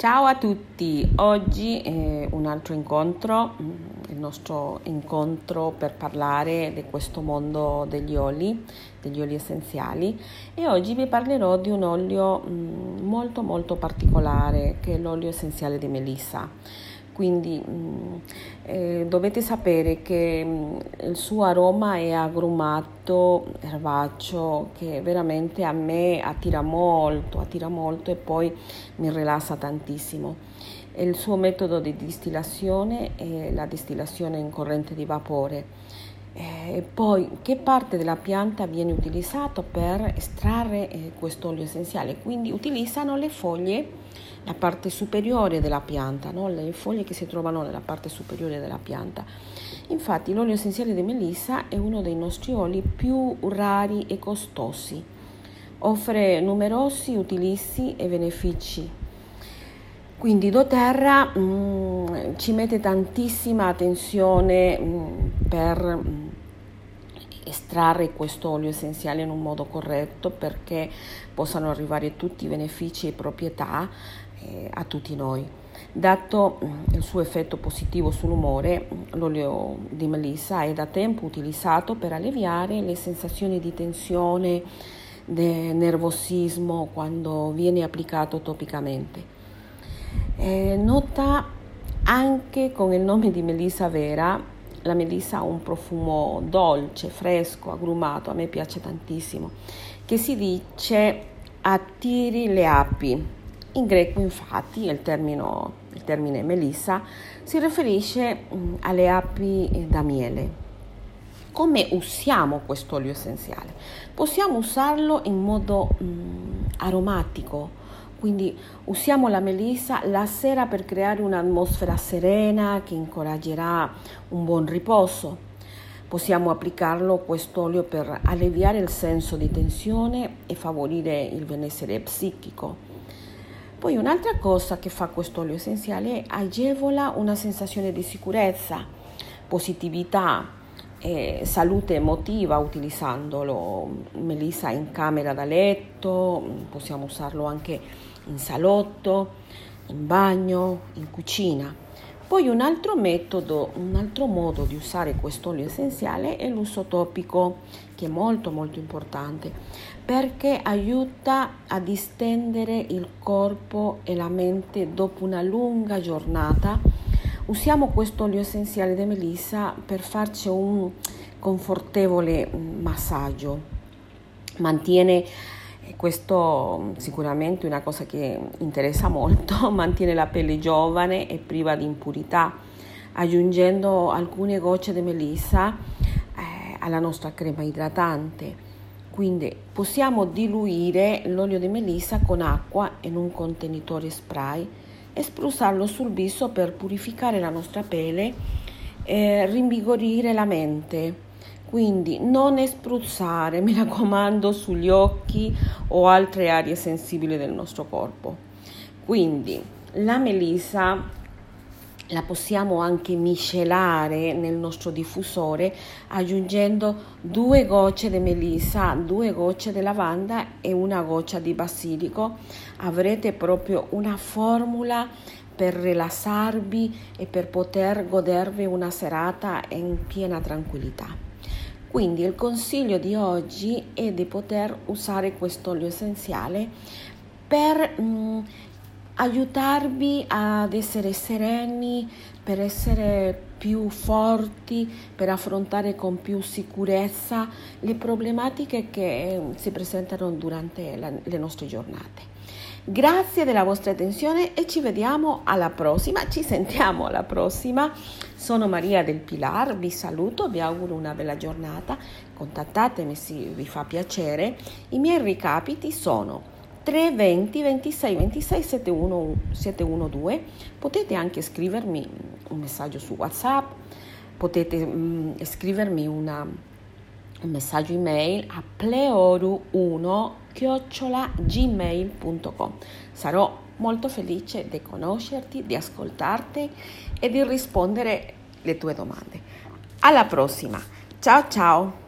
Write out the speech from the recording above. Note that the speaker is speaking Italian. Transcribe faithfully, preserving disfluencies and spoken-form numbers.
Ciao a tutti, oggi è un altro incontro, il nostro incontro per parlare di questo mondo degli oli, degli oli essenziali, e oggi vi parlerò di un olio molto molto particolare che è l'olio essenziale di melissa. Quindi eh, dovete sapere che mh, il suo aroma è agrumato, erbaceo, che veramente a me attira molto, attira molto e poi mi rilassa tantissimo. Il suo metodo di distillazione è la distillazione in corrente di vapore. E poi che parte della pianta viene utilizzato per estrarre eh, quest'olio essenziale? Quindi utilizzano le foglie, la parte superiore della pianta, no? Le foglie che si trovano nella parte superiore della pianta. Infatti l'olio essenziale di melissa è uno dei nostri oli più rari e costosi. Offre numerosi utilizzi e benefici. Quindi doTERRA mh, ci mette tantissima attenzione mh, per mh, estrarre questo olio essenziale in un modo corretto perché possano arrivare tutti i benefici e proprietà eh, a tutti noi. Dato mh, il suo effetto positivo sull'umore, l'olio di melissa è da tempo utilizzato per alleviare le sensazioni di tensione, di nervosismo quando viene applicato topicamente. Eh, nota anche con il nome di melissa vera, la melissa ha un profumo dolce, fresco, agrumato, a me piace tantissimo, che si dice attiri le api. In greco infatti il, termino, il termine melissa si riferisce mh, alle api da miele. Come usiamo questo olio essenziale? Possiamo usarlo in modo mh, aromatico. Quindi usiamo la melissa la sera per creare un'atmosfera serena che incoraggerà un buon riposo. Possiamo applicarlo quest'olio per alleviare il senso di tensione e favorire il benessere psichico. Poi un'altra cosa che fa quest'olio essenziale è agevola una sensazione di sicurezza, positività e salute emotiva utilizzandolo. Melissa in camera da letto, possiamo usarlo anche in salotto, in bagno, in cucina. Poi un altro metodo, un altro modo di usare quest'olio essenziale è l'uso topico, che è molto molto importante perché aiuta a distendere il corpo e la mente dopo una lunga giornata. Usiamo quest'olio essenziale di melissa per farci un confortevole massaggio. Mantiene Questo sicuramente è una cosa che interessa molto, mantiene la pelle giovane e priva di impurità, aggiungendo alcune gocce di melissa eh, alla nostra crema idratante. Quindi possiamo diluire l'olio di melissa con acqua in un contenitore spray e spruzzarlo sul viso per purificare la nostra pelle e rinvigorire la mente. Quindi non spruzzare, mi raccomando, sugli occhi o altre aree sensibili del nostro corpo. Quindi la melissa la possiamo anche miscelare nel nostro diffusore aggiungendo due gocce di melissa, due gocce di lavanda e una goccia di basilico. Avrete proprio una formula per rilassarvi e per poter godervi una serata in piena tranquillità. Quindi il consiglio di oggi è di poter usare quest'olio essenziale per mh, aiutarvi ad essere sereni, per essere più forti, per affrontare con più sicurezza le problematiche che si presentano durante la, le nostre giornate. Grazie della vostra attenzione e ci vediamo alla prossima, ci sentiamo alla prossima. Sono Maria del Pilar, vi saluto, vi auguro una bella giornata, contattatemi se vi fa piacere. I miei recapiti sono tre venti ventisei ventisei settecentoundodici, potete anche scrivermi un messaggio su WhatsApp, potete mh, scrivermi una, un messaggio email a pleoru uno chiocciola gmail punto com. Sarò molto felice di conoscerti, di ascoltarti e di rispondere alle tue domande. Alla prossima, ciao ciao!